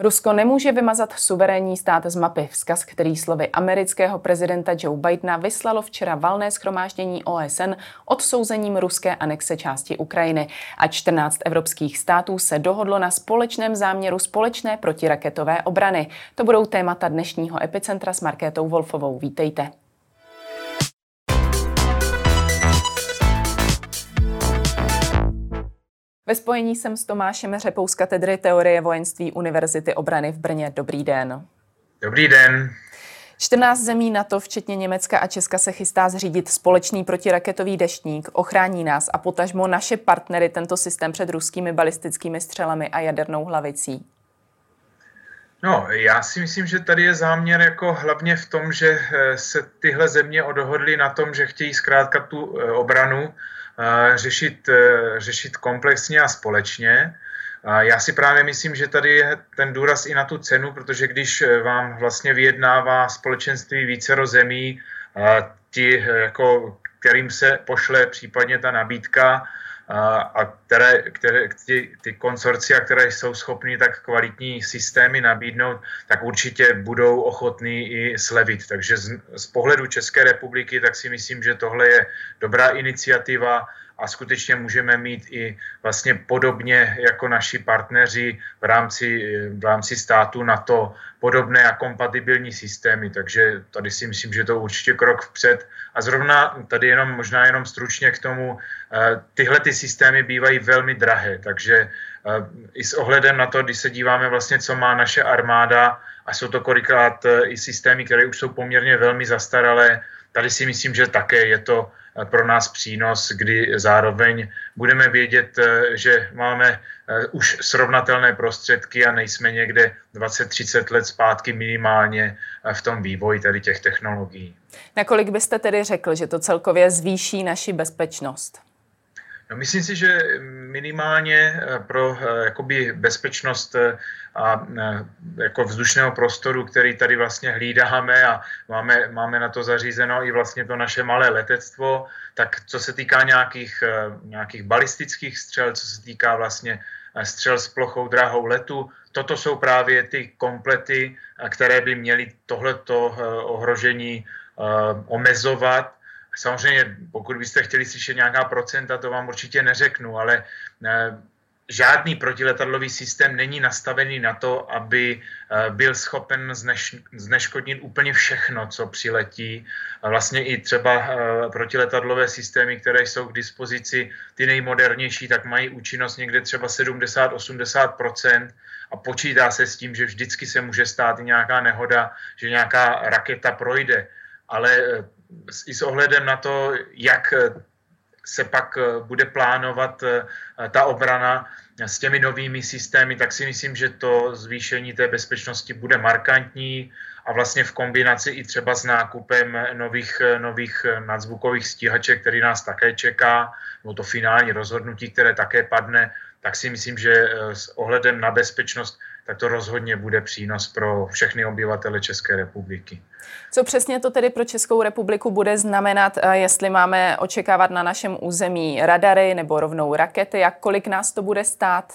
Rusko nemůže vymazat suverénní stát z mapy. Vzkaz, který slovy amerického prezidenta Joe Bidena vyslalo včera valné shromáždění OSN odsouzením ruské anexe části Ukrajiny. A 14 evropských států se dohodlo na společném záměru společné protiraketové obrany. To budou témata dnešního Epicentra s Markétou Wolfovou. Vítejte. Ve spojení jsem s Tomášem Řepou z katedry teorie vojenství Univerzity obrany v Brně. Dobrý den. Dobrý den. 14 zemí NATO, včetně Německa a Česka, se chystá zřídit společný protiraketový deštník. Ochrání nás a potažmo naše partnery tento systém před ruskými balistickými střelami a jadernou hlavicí? No, já si myslím, že tady je záměr jako hlavně v tom, že se tyhle země dohodly na tom, že chtějí zkrátka tu obranu řešit komplexně a společně. Já si právě myslím, že tady je ten důraz i na tu cenu, protože když vám vlastně vyjednává společenství vícero zemí, kterým se pošle případně ta nabídka, a ty konsorcia, které jsou schopny tak kvalitní systémy nabídnout, tak určitě budou ochotní i slevit. Takže z pohledu České republiky tak si myslím, že tohle je dobrá iniciativa a skutečně můžeme mít i vlastně podobně jako naši partneři v rámci státu NATO podobné a kompatibilní systémy. Takže tady si myslím, že to je určitě krok vpřed. A zrovna tady možná jenom stručně k tomu, tyhle ty systémy bývají velmi drahé, takže i s ohledem na to, když se díváme vlastně, co má naše armáda, a jsou to kolikrát i systémy, které už jsou poměrně velmi zastaralé, tady si myslím, že také je to pro nás přínos, kdy zároveň budeme vědět, že máme už srovnatelné prostředky a nejsme někde 20-30 let zpátky minimálně v tom vývoji tady těch technologií. Nakolik byste tedy řekl, že to celkově zvýší naši bezpečnost? No, myslím si, že minimálně pro jakoby bezpečnost a jako vzdušného prostoru, který tady vlastně hlídáme a máme na to zařízeno i vlastně to naše malé letectvo, tak co se týká nějakých balistických střel, co se týká vlastně střel s plochou dráhou letu, toto jsou právě ty komplety, které by měly tohleto ohrožení omezovat. Samozřejmě, pokud byste chtěli slyšet nějaká procenta, to vám určitě neřeknu, ale žádný protiletadlový systém není nastavený na to, aby byl schopen zneškodnit úplně všechno, co přiletí. Vlastně i třeba protiletadlové systémy, které jsou k dispozici, ty nejmodernější, tak mají účinnost někde třeba 70-80% a počítá se s tím, že vždycky se může stát i nějaká nehoda, že nějaká raketa projde. Ale i s ohledem na to, jak se pak bude plánovat ta obrana s těmi novými systémy, tak si myslím, že to zvýšení té bezpečnosti bude markantní a vlastně v kombinaci i třeba s nákupem nových nadzvukových stíhaček, který nás také čeká, nebo to finální rozhodnutí, které také padne, tak si myslím, že s ohledem na bezpečnost tak to rozhodně bude přínos pro všechny obyvatele České republiky. Co přesně to tedy pro Českou republiku bude znamenat, jestli máme očekávat na našem území radary nebo rovnou rakety, jak kolik nás to bude stát?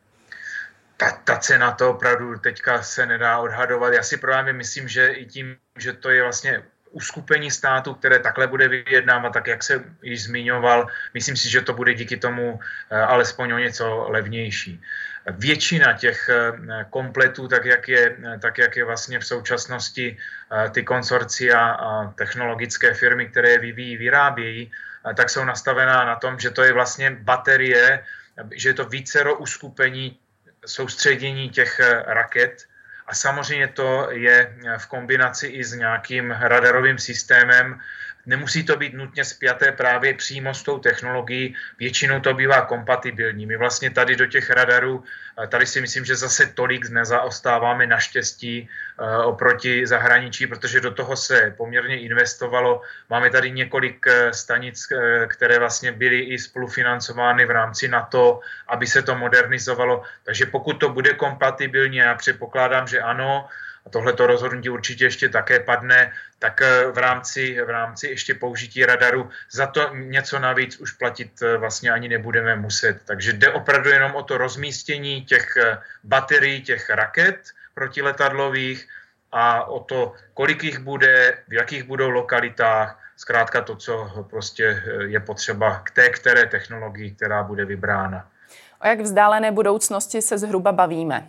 Ta cena to opravdu teďka se nedá odhadovat. Já si právě myslím, že i tím, že to je vlastně uskupení států, které takhle bude vyjednávat, tak jak se již zmiňoval, myslím si, že to bude díky tomu alespoň o něco levnější. Většina těch kompletů, tak jak je vlastně v současnosti ty konsorcia a technologické firmy, které je vyrábějí, tak jsou nastavená na tom, že to je vlastně baterie, že je to vícero uskupení soustředění těch raket. A samozřejmě to je v kombinaci i s nějakým radarovým systémem. Nemusí to být nutně spjaté právě přímo s tou technologií, většinou to bývá kompatibilní. My vlastně tady do těch radarů, tady si myslím, že zase tolik nezaostáváme naštěstí oproti zahraničí, protože do toho se poměrně investovalo. Máme tady několik stanic, které vlastně byly i spolufinancovány v rámci NATO, aby se to modernizovalo. Takže pokud to bude kompatibilní, já předpokládám, že ano, a tohleto rozhodnutí určitě ještě také padne, tak v rámci ještě použití radaru za to něco navíc už platit vlastně ani nebudeme muset. Takže jde opravdu jenom o to rozmístění těch baterií, těch raket protiletadlových a o to, kolik jich bude, v jakých budou lokalitách, zkrátka to, co prostě je potřeba k té které technologii, která bude vybrána. O jak vzdálené budoucnosti se zhruba bavíme?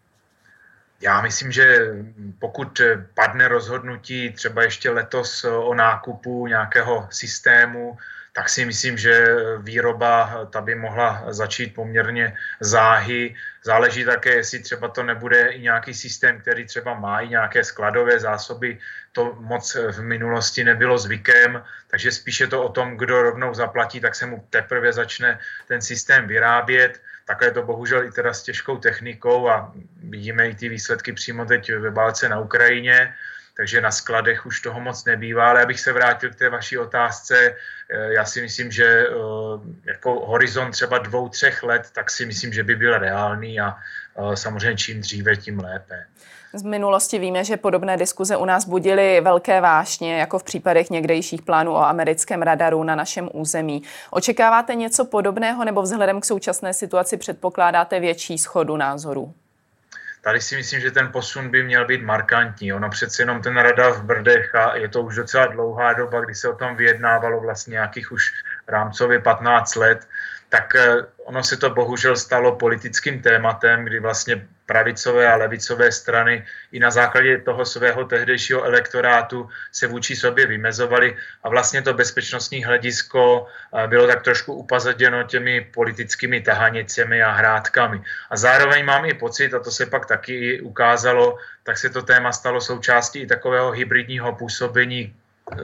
Já myslím, že pokud padne rozhodnutí třeba ještě letos o nákupu nějakého systému, tak si myslím, že výroba ta by mohla začít poměrně záhy. Záleží také, jestli třeba to nebude i nějaký systém, který třeba má i nějaké skladové zásoby. To moc v minulosti nebylo zvykem, takže spíše to o tom, kdo rovnou zaplatí, tak se mu teprve začne ten systém vyrábět. Takhle je to bohužel i teda s těžkou technikou a vidíme i ty výsledky přímo teď ve válce na Ukrajině, takže na skladech už toho moc nebývá, ale abych se vrátil k té vaší otázce, já si myslím, že jako horizont třeba 2-3 let, tak si myslím, že by byl reálný a samozřejmě čím dříve, tím lépe. Z minulosti víme, že podobné diskuze u nás budily velké vášně, jako v případech někdejších plánů o americkém radaru na našem území. Očekáváte něco podobného nebo vzhledem k současné situaci předpokládáte větší shodu názorů? Tady si myslím, že ten posun by měl být markantní. Ono přece jenom ten radar v Brdech a je to už docela dlouhá doba, kdy se o tom vyjednávalo vlastně nějakých už rámcově 15 let, tak ono se to bohužel stalo politickým tématem, kdy vlastně pravicové a levicové strany i na základě toho svého tehdejšího elektorátu se vůči sobě vymezovaly a vlastně to bezpečnostní hledisko bylo tak trošku upozaděno těmi politickými tahanicemi a hrádkami. A zároveň mám i pocit, a to se pak taky ukázalo, tak se to téma stalo součástí i takového hybridního působení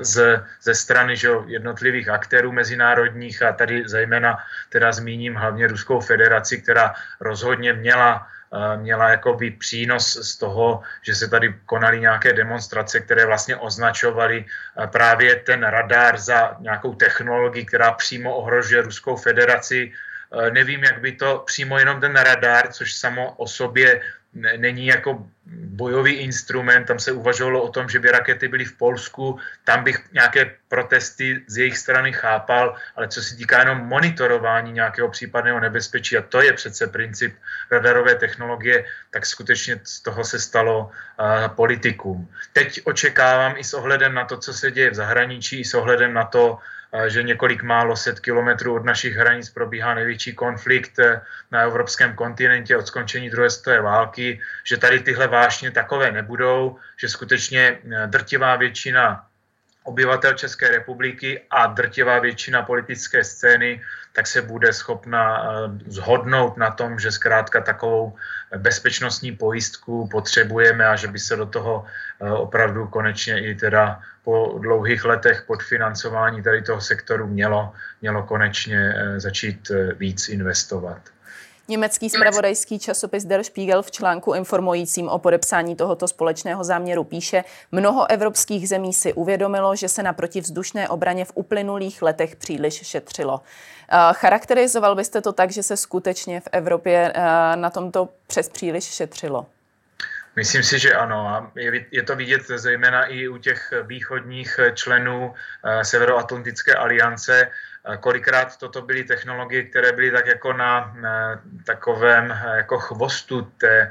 ze strany jednotlivých aktérů mezinárodních a tady zejména teda zmíním hlavně Ruskou federaci, která rozhodně měla jakoby přínos z toho, že se tady konaly nějaké demonstrace, které vlastně označovaly právě ten radar za nějakou technologii, která přímo ohrožuje Ruskou federaci. Nevím, jak by to přímo jenom ten radar, což samo o sobě není jako bojový instrument, tam se uvažovalo o tom, že by rakety byly v Polsku, tam bych nějaké protesty z jejich strany chápal, ale co se týká jenom monitorování nějakého případného nebezpečí, a to je přece princip radarové technologie, tak skutečně z toho se stalo politikum. Teď očekávám i s ohledem na to, co se děje v zahraničí, i s ohledem na to, že několik málo set kilometrů od našich hranic probíhá největší konflikt na evropském kontinentě od skončení druhé světové války, že tady tyhle vášně takové nebudou, že skutečně drtivá většina obyvatel České republiky a drtivá většina politické scény tak se bude schopna shodnout na tom, že zkrátka takovou bezpečnostní pojistku potřebujeme a že by se do toho opravdu konečně i teda po dlouhých letech podfinancování tady toho sektoru mělo konečně začít víc investovat. Německý zpravodajský časopis Der Spiegel v článku informujícím o podepsání tohoto společného záměru píše: mnoho evropských zemí si uvědomilo, že se na protivzdušné obraně v uplynulých letech příliš šetřilo. Charakterizoval byste to tak, že se skutečně v Evropě na tomto přes příliš šetřilo? Myslím si, že ano. A je to vidět zejména i u těch východních členů Severoatlantické aliance. Kolikrát toto byly technologie, které byly tak jako na takovém jako chvostu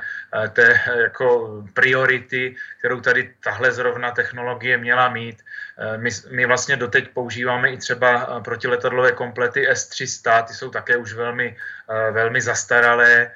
té jako priority, kterou tady tahle zrovna technologie měla mít. My vlastně doteď používáme i třeba protiletadlové komplety S-300, ty jsou také už velmi zastaralé,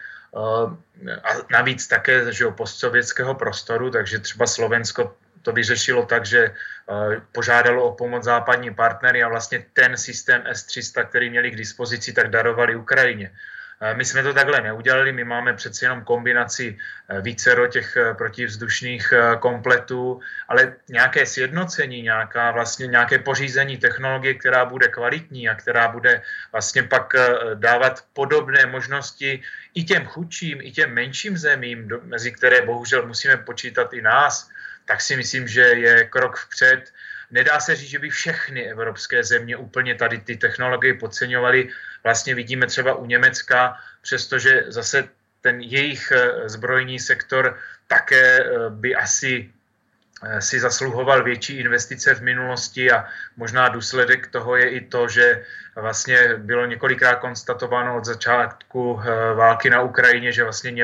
a navíc také že postsovětského prostoru, takže třeba Slovensko to vyřešilo tak, že požádalo o pomoc západní partnery a vlastně ten systém S-300, který měli k dispozici, tak darovali Ukrajině. My jsme to takhle neudělali, my máme přeci jenom kombinaci vícero těch protivzdušných kompletů, ale nějaké sjednocení, nějaké pořízení technologie, která bude kvalitní a která bude vlastně pak dávat podobné možnosti i těm chudším, i těm menším zemím, mezi které bohužel musíme počítat i nás, tak si myslím, že je krok vpřed. Nedá se říct, že by všechny evropské země úplně tady ty technologie podceňovaly. Vlastně vidíme třeba u Německa, přestože zase ten jejich zbrojní sektor také by asi si zasluhoval větší investice v minulosti a možná důsledek toho je i to, že vlastně bylo několikrát konstatováno od začátku války na Ukrajině, že vlastně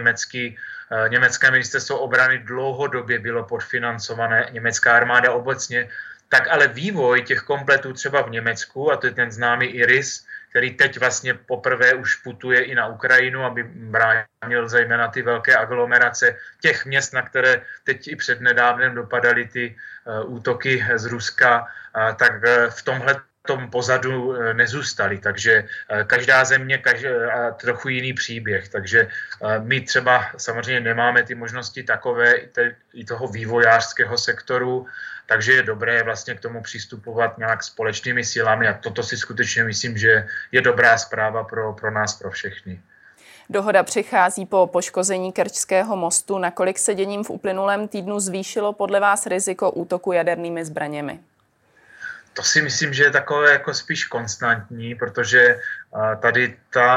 německé ministerstvo obrany dlouhodobě bylo podfinancované, německá armáda obecně, tak ale vývoj těch kompletů třeba v Německu, a to je ten známý IRIS, který teď vlastně poprvé už putuje i na Ukrajinu, aby bránil zejména ty velké aglomerace těch měst, na které teď i přednedávnem dopadaly ty útoky z Ruska, tak v tomhle tom pozadu nezůstali, takže každá země a trochu jiný příběh, takže my třeba samozřejmě nemáme ty možnosti takové i toho vývojářského sektoru, takže je dobré vlastně k tomu přistupovat nějak společnými silami a toto si skutečně myslím, že je dobrá zpráva pro nás, pro všechny. Dohoda přichází po poškození Kerčského mostu. Nakolik se děním v uplynulém týdnu zvýšilo podle vás riziko útoku jadernými zbraněmi? To si myslím, že je takové jako spíš konstantní, protože tady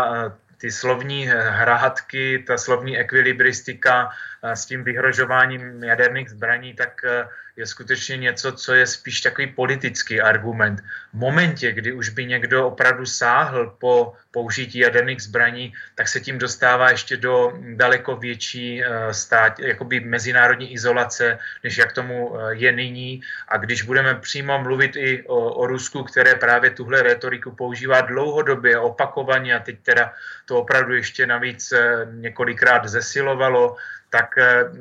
ty slovní hrátky, ta slovní ekvilibristika s tím vyhrožováním jaderných zbraní, tak je skutečně něco, co je spíš takový politický argument. V momentě, kdy už by někdo opravdu sáhl po použití jaderných zbraní, tak se tím dostává ještě do daleko větší jakoby mezinárodní izolace, než jak tomu je nyní. A když budeme přímo mluvit i o Rusku, které právě tuhle retoriku používá dlouhodobě, opakovaně a teď teda to opravdu ještě navíc několikrát zesilovalo, tak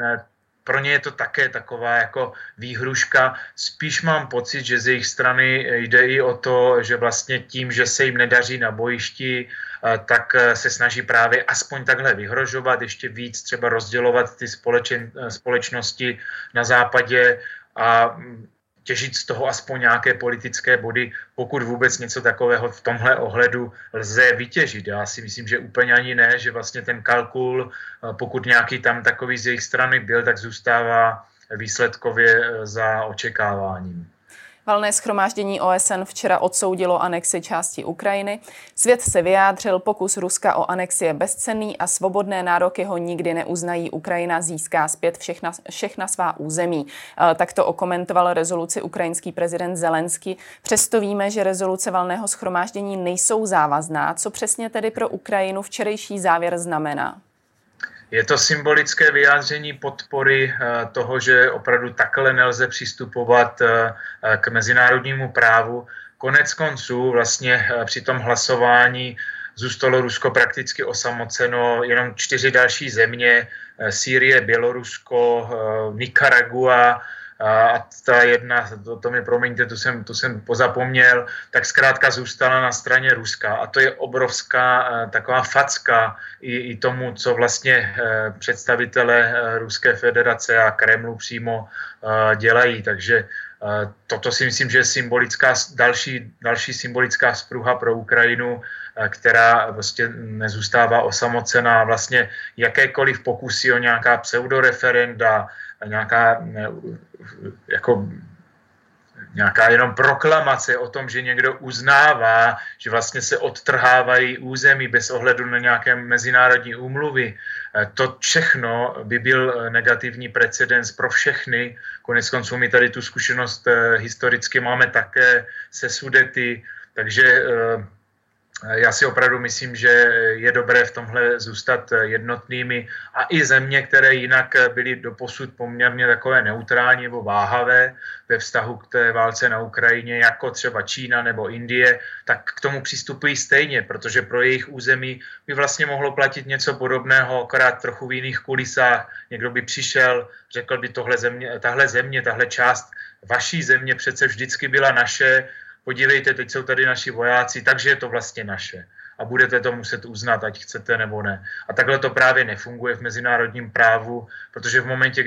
pro ně je to také taková jako výhruška. Spíš mám pocit, že z jejich strany jde i o to, že vlastně tím, že se jim nedaří na bojišti, tak se snaží právě aspoň takhle vyhrožovat, ještě víc třeba rozdělovat ty společnosti na západě a těžit z toho aspoň nějaké politické body, pokud vůbec něco takového v tomhle ohledu lze vytěžit. Já si myslím, že úplně ani ne, že vlastně ten kalkul, pokud nějaký tam takový z jejich strany byl, tak zůstává výsledkově za očekáváním. Valné shromáždění OSN včera odsoudilo anexi části Ukrajiny. Svět se vyjádřil, pokus Ruska o anexi je bezcenný a svobodné nároky ho nikdy neuznají. Ukrajina získá zpět všechna svá území. Tak to okomentoval rezoluci ukrajinský prezident Zelenský. Přesto víme, že rezoluce Valného shromáždění nejsou závazná. Co přesně tedy pro Ukrajinu včerejší závěr znamená? Je to symbolické vyjádření podpory toho, že opravdu takhle nelze přistupovat k mezinárodnímu právu. Konec konců vlastně při tom hlasování zůstalo Rusko prakticky osamoceno, jenom 4 další země, Sýrie, Bělorusko, Nikaragua, a ta jedna, to mi promiňte, tu jsem pozapomněl, tak zkrátka zůstala na straně Ruska. A to je obrovská taková facka i tomu, co vlastně představitelé Ruské federace a Kremlu přímo dělají. Takže toto si myslím, že je další symbolická spruha pro Ukrajinu, která vlastně nezůstává osamocená. Vlastně jakékoliv pokusy o nějaká pseudoreferenda, nějaká jenom proklamace o tom, že někdo uznává, že vlastně se odtrhávají území bez ohledu na nějaké mezinárodní úmluvy. To všechno by byl negativní precedens pro všechny. Konec konců my tady tu zkušenost historicky máme také se Sudety, takže já si opravdu myslím, že je dobré v tomhle zůstat jednotnými a i země, které jinak byly doposud poměrně takové neutrální nebo váhavé ve vztahu k té válce na Ukrajině, jako třeba Čína nebo Indie, tak k tomu přistupují stejně, protože pro jejich území by vlastně mohlo platit něco podobného, akorát trochu v jiných kulisách. Někdo by přišel, řekl by tahle část vaší země přece vždycky byla naše, podívejte, teď jsou tady naši vojáci, takže je to vlastně naše. A budete to muset uznat, ať chcete nebo ne. A takhle to právě nefunguje v mezinárodním právu, protože v momentě,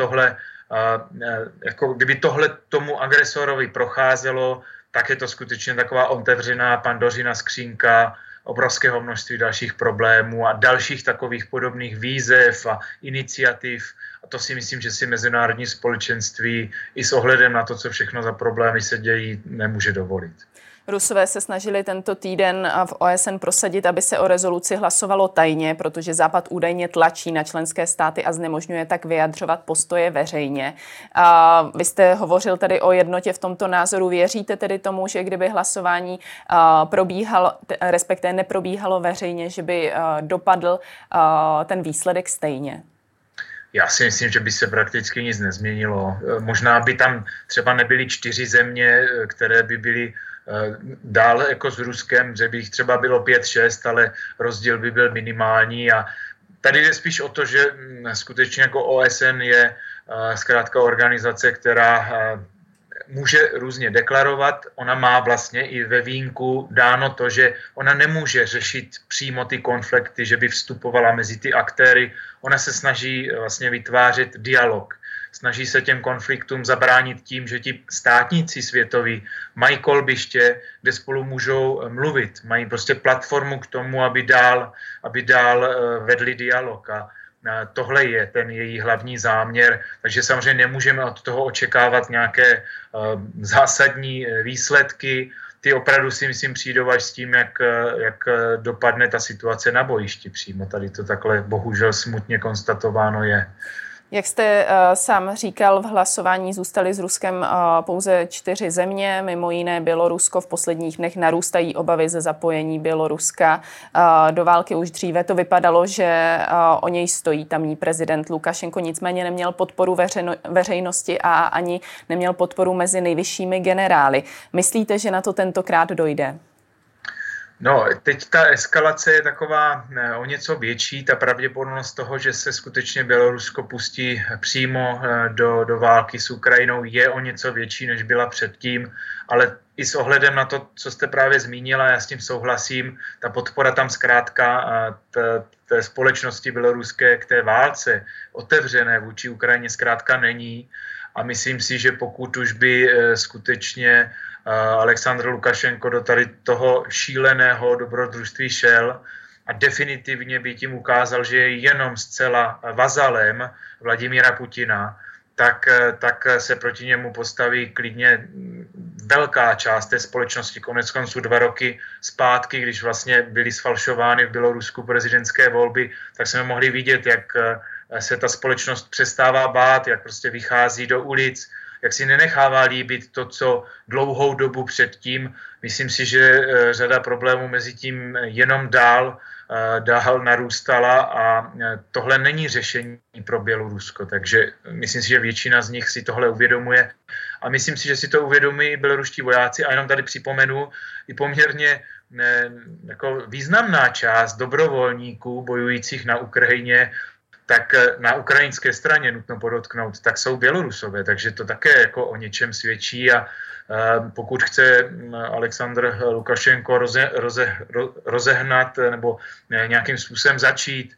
kdyby tohle tomu agresorovi procházelo, tak je to skutečně taková otevřená pandořina skřínka obrovského množství dalších problémů a dalších takových podobných výzev a iniciativ. a to si myslím, že si mezinárodní společenství i s ohledem na to, co všechno za problémy se dějí, nemůže dovolit. Rusové se snažili tento týden v OSN prosadit, aby se o rezoluci hlasovalo tajně, protože Západ údajně tlačí na členské státy a znemožňuje tak vyjadřovat postoje veřejně. Vy jste hovořil tady o jednotě v tomto názoru. Věříte tedy tomu, že kdyby hlasování probíhalo, respektive neprobíhalo veřejně, že by dopadl ten výsledek stejně? Já si myslím, že by se prakticky nic nezměnilo. Možná by tam třeba nebyly 4 země, které by byly dál jako s Ruskem, že by jich třeba bylo 5-6, ale rozdíl by byl minimální. A tady jde spíš o to, že skutečně jako OSN je zkrátka organizace, která může různě deklarovat. Ona má vlastně i ve vínku dáno to, že ona nemůže řešit přímo ty konflikty, že by vstupovala mezi ty aktéry. Ona se snaží vlastně vytvářet dialog. Snaží se těm konfliktům zabránit tím, že ti státníci světoví mají kolbiště, kde spolu můžou mluvit. Mají prostě platformu k tomu, aby dál vedli dialog. A tohle je ten její hlavní záměr, takže samozřejmě nemůžeme od toho očekávat nějaké zásadní výsledky. Ty opravdu si myslím přijdou až s tím, jak dopadne ta situace na bojišti přímo. Tady to takhle bohužel smutně konstatováno je. Jak jste sám říkal, v hlasování zůstaly s Ruskem pouze 4 země, mimo jiné Bělorusko. V posledních dnech narůstají obavy ze zapojení Běloruska do války. Už dříve to vypadalo, že o něj stojí tamní prezident Lukašenko, nicméně neměl podporu veřejnosti a ani neměl podporu mezi nejvyššími generály. Myslíte, že na to tentokrát dojde? No, teď ta eskalace je taková o něco větší, ta pravděpodobnost toho, že se skutečně Bělorusko pustí přímo do války s Ukrajinou, je o něco větší, než byla předtím, ale i s ohledem na to, co jste právě zmínila, já s tím souhlasím, ta podpora tam zkrátka té společnosti běloruské k té válce otevřené vůči Ukrajině zkrátka není a myslím si, že pokud už by skutečně Alexandr Lukašenko do tady toho šíleného dobrodružství šel a definitivně by tím ukázal, že je jenom zcela vazalem Vladimíra Putina, tak se proti němu postaví klidně velká část té společnosti. Koneckonců 2 roky zpátky, když vlastně byly sfalšovány v Bělorusku prezidentské volby, tak jsme mohli vidět, jak se ta společnost přestává bát, jak prostě vychází do ulic, jak si nenechává líbit to, co dlouhou dobu předtím. Myslím si, že řada problémů mezi tím jenom dál narůstala a tohle není řešení pro Bělorusko. Takže myslím si, že většina z nich si tohle uvědomuje a myslím si, že si to uvědomí běloruští vojáci a jenom tady připomenu i poměrně jako významná část dobrovolníků bojujících na Ukrajině, tak na ukrajinské straně, nutno podotknout, tak jsou Bělorusové, takže to také jako o něčem svědčí a pokud chce Alexandr Lukašenko rozehnat nebo nějakým způsobem začít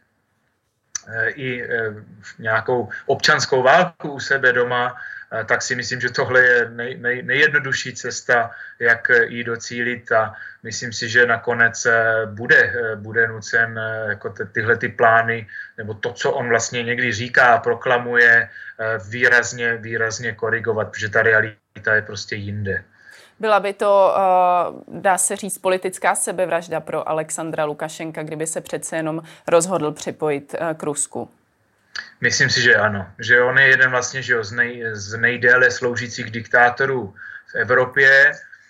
i nějakou občanskou válku u sebe doma, tak si myslím, že tohle je nejjednodušší cesta, jak jí docílit a myslím si, že nakonec bude nucen jako tyhle ty plány, nebo to, co on vlastně někdy říká a proklamuje, výrazně korigovat, protože ta realita je prostě jinde. Byla by to, dá se říct, politická sebevražda pro Alexandra Lukašenka, kdyby se přece jenom rozhodl připojit k Rusku? Myslím si, že ano. Že on je jeden vlastně z nejdéle sloužících diktátorů v Evropě.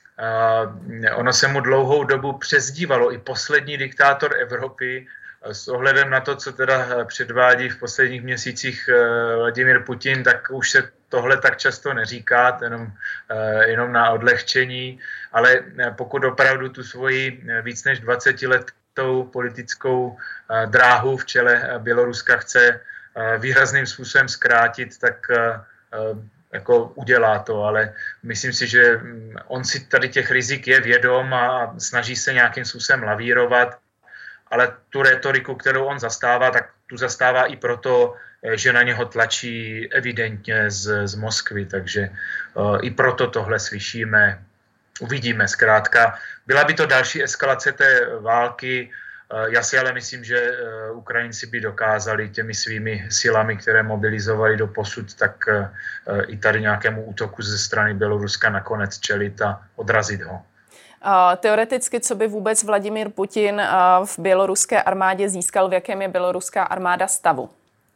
Ono se mu dlouhou dobu přezdívalo i poslední diktátor Evropy. S ohledem na to, co teda předvádí v posledních měsících Vladimír Putin, tak už se tohle tak často neříká, jenom na odlehčení, ale pokud opravdu tu svoji víc než 20letou politickou dráhu v čele Běloruska chce výrazným způsobem zkrátit, tak jako udělá to, ale myslím si, že on si tady těch rizik je vědom a snaží se nějakým způsobem lavírovat, ale tu retoriku, kterou on zastává, tak tu zastává i proto, že na něho tlačí evidentně z Moskvy, takže i proto tohle slyšíme, uvidíme zkrátka. Byla by to další eskalace té války Já si ale myslím, že Ukrajinci by dokázali těmi svými silami, které mobilizovali do posud, tak i tady nějakému útoku ze strany Běloruska nakonec čelit a odrazit ho. Teoreticky, co by vůbec Vladimír Putin v běloruské armádě získal, v jakém je běloruská armáda stavu?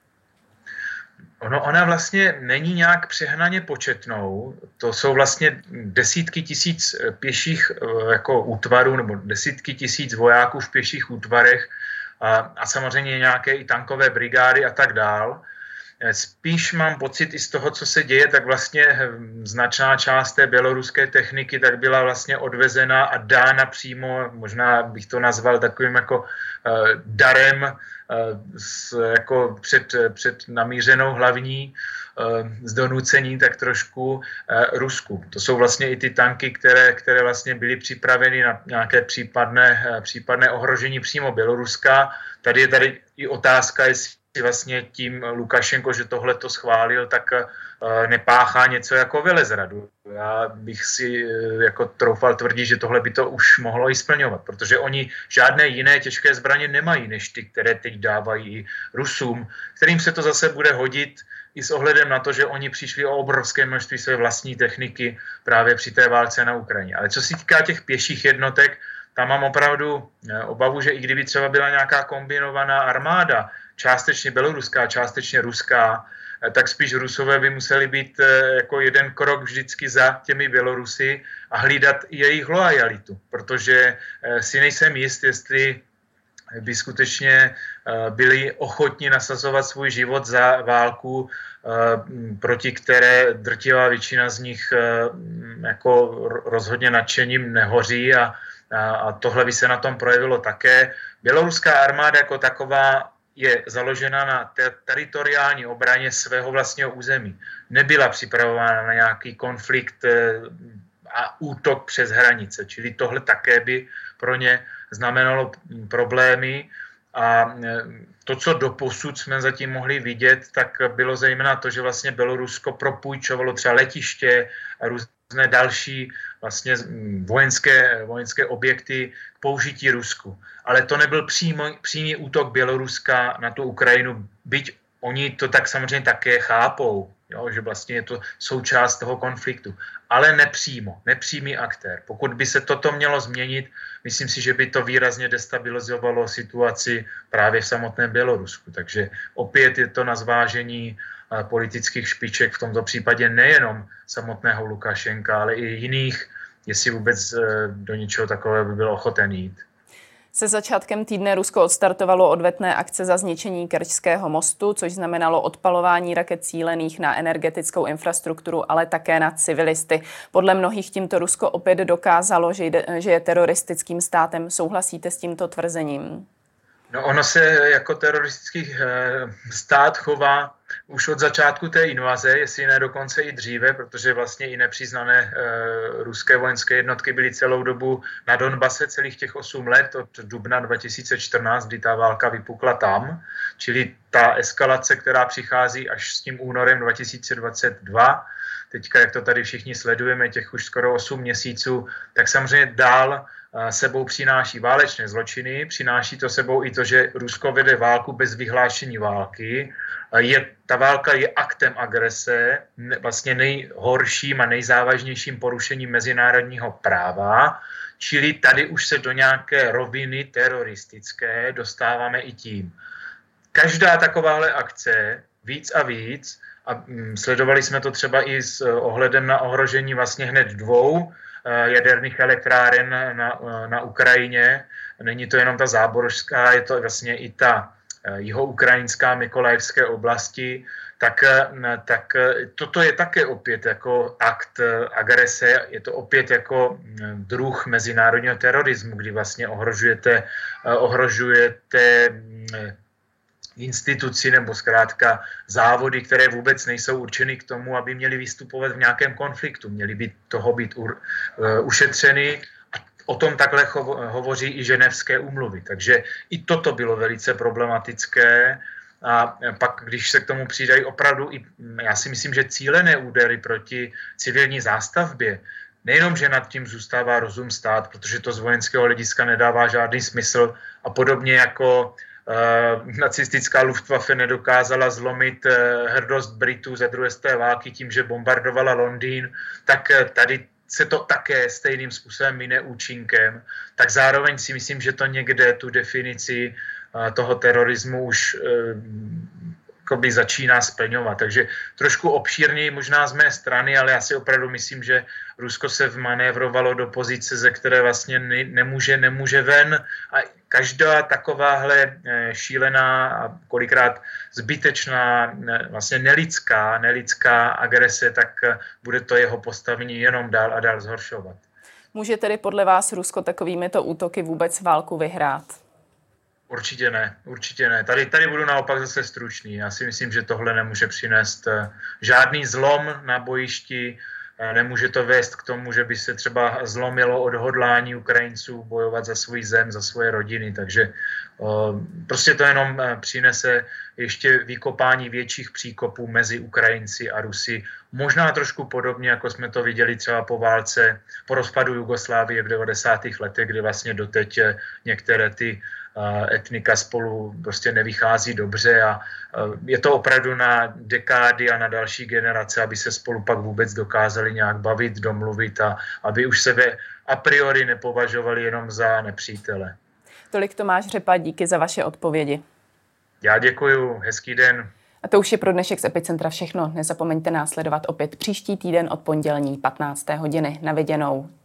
Ona vlastně není nějak přehnaně početnou. To jsou vlastně desítky tisíc pěších jako útvarů nebo desítky tisíc vojáků v pěších útvarech a samozřejmě nějaké i tankové brigády a tak dál. Spíš mám pocit i z toho, co se děje, tak vlastně značná část té běloruské techniky tak byla vlastně odvezena a dána přímo, možná bych to nazval takovým jako darem jako před namířenou hlavní z donucení tak trošku Rusku. To jsou vlastně i ty tanky, které vlastně byly připraveny na nějaké případné ohrožení přímo Běloruska. Tady je i otázka, jestli vlastně tím Lukašenko, že tohle to schválil, tak nepáchá něco jako velezradu. Já bych si jako troufal tvrdit, že tohle by to už mohlo i splňovat, protože oni žádné jiné těžké zbraně nemají, než ty, které teď dávají Rusům, kterým se to zase bude hodit i s ohledem na to, že oni přišli o obrovské množství své vlastní techniky právě při té válce na Ukrajině. Ale co se týká těch pěších jednotek, tam mám opravdu obavu, že i kdyby třeba byla nějaká kombinovaná armáda, částečně běloruská, částečně ruská, tak spíš Rusové by museli být jako jeden krok vždycky za těmi Bělorusy a hlídat jejich loajalitu, protože si nejsem jist, jestli by skutečně byli ochotni nasazovat svůj život za válku, proti které drtivá většina z nich jako rozhodně nadšením nehoří a tohle by se na tom projevilo také. Běloruská armáda jako taková je založena na teritoriální obraně svého vlastního území. Nebyla připravována na nějaký konflikt a útok přes hranice, čili tohle také by pro ně znamenalo problémy. A to, co doposud jsme zatím mohli vidět, tak bylo zejména to, že vlastně Bělorusko propůjčovalo třeba letiště a různé další vlastně vojenské objekty k použití Rusku. Ale to nebyl přímý útok Běloruska na tu Ukrajinu, byť oni to tak samozřejmě také chápou, jo, že vlastně je to součást toho konfliktu. Ale nepřímý aktér. Pokud by se toto mělo změnit, myslím si, že by to výrazně destabilizovalo situaci právě v samotném Bělorusku. Takže opět je to na zvážení politických špiček, v tomto případě nejenom samotného Lukašenka, ale i jiných, jestli vůbec do něčeho takového by byl ochoten jít. Se začátkem týdne Rusko odstartovalo odvetné akce za zničení Kerčského mostu, což znamenalo odpalování raket cílených na energetickou infrastrukturu, ale také na civilisty. Podle mnohých tímto Rusko opět dokázalo, že je teroristickým státem. Souhlasíte s tímto tvrzením? No, ono se jako teroristický stát chová už od začátku té invaze, jestli ne dokonce i dříve, protože vlastně i nepřiznané ruské vojenské jednotky byly celou dobu na Donbase celých těch 8 let od dubna 2014, kdy ta válka vypukla tam. Čili ta eskalace, která přichází až s tím únorem 2022, teďka, jak to tady všichni sledujeme, těch už skoro 8 měsíců, tak samozřejmě dál sebou přináší válečné zločiny, přináší to sebou i to, že Rusko vede válku bez vyhlášení války. Ta válka je aktem agrese, vlastně nejhorším a nejzávažnějším porušením mezinárodního práva, čili tady už se do nějaké roviny teroristické dostáváme i tím. Každá takováhle akce, víc a víc, a sledovali jsme to třeba i s ohledem na ohrožení vlastně hned 2 jaderných elektráren na Ukrajině. Není to jenom ta zábořská, je to vlastně i ta jihoukrajinská Mykolajevské oblasti, tak toto je také opět jako akt agrese, je to opět jako druh mezinárodního terorismu, kdy vlastně ohrožujete instituci nebo zkrátka závody, které vůbec nejsou určeny k tomu, aby měly vystupovat v nějakém konfliktu, měly by toho být ušetřeny. O tom takhle hovoří i ženevské úmluvy. Takže i toto bylo velice problematické. A pak, když se k tomu přidají opravdu i, já si myslím, že cílené údery proti civilní zástavbě, nejenom, že nad tím zůstává rozum stát, protože to z vojenského hlediska nedává žádný smysl a podobně jako nacistická Luftwaffe nedokázala zlomit hrdost Britů ze druhé světové války tím, že bombardovala Londýn, tak tady se to také stejným způsobem mine účinkem, tak zároveň si myslím, že to někde tu definici toho terorismu už začíná splňovat. Takže trošku obšírněji možná z mé strany, ale já si opravdu myslím, že Rusko se vmanévrovalo do pozice, ze které vlastně nemůže ven. A každá takováhle šílená a kolikrát zbytečná, vlastně nelidská agrese, tak bude to jeho postavení jenom dál a dál zhoršovat. Může tedy podle vás Rusko takovýmito útoky vůbec válku vyhrát? Určitě ne. Tady budu naopak zase stručný. Já si myslím, že tohle nemůže přinést žádný zlom na bojišti, nemůže to vést k tomu, že by se třeba zlomilo odhodlání Ukrajinců bojovat za svou zem, za svoje rodiny, takže prostě to jenom přinese ještě vykopání větších příkopů mezi Ukrajinci a Rusy. Možná trošku podobně, jako jsme to viděli třeba po válce, po rozpadu Jugoslávie v 90. letech, kdy vlastně doteď některé ty etnika spolu prostě nevychází dobře a je to opravdu na dekády a na další generace, aby se spolu pak vůbec dokázali nějak bavit, domluvit a aby už sebe a priori nepovažovali jenom za nepřítele. Tolik Tomáš Řepa, díky za vaše odpovědi. Já děkuju, hezký den. A to už je pro dnešek z Epicentra všechno. Nezapomeňte nás sledovat opět příští týden od pondělí 15. hodiny. Na viděnou.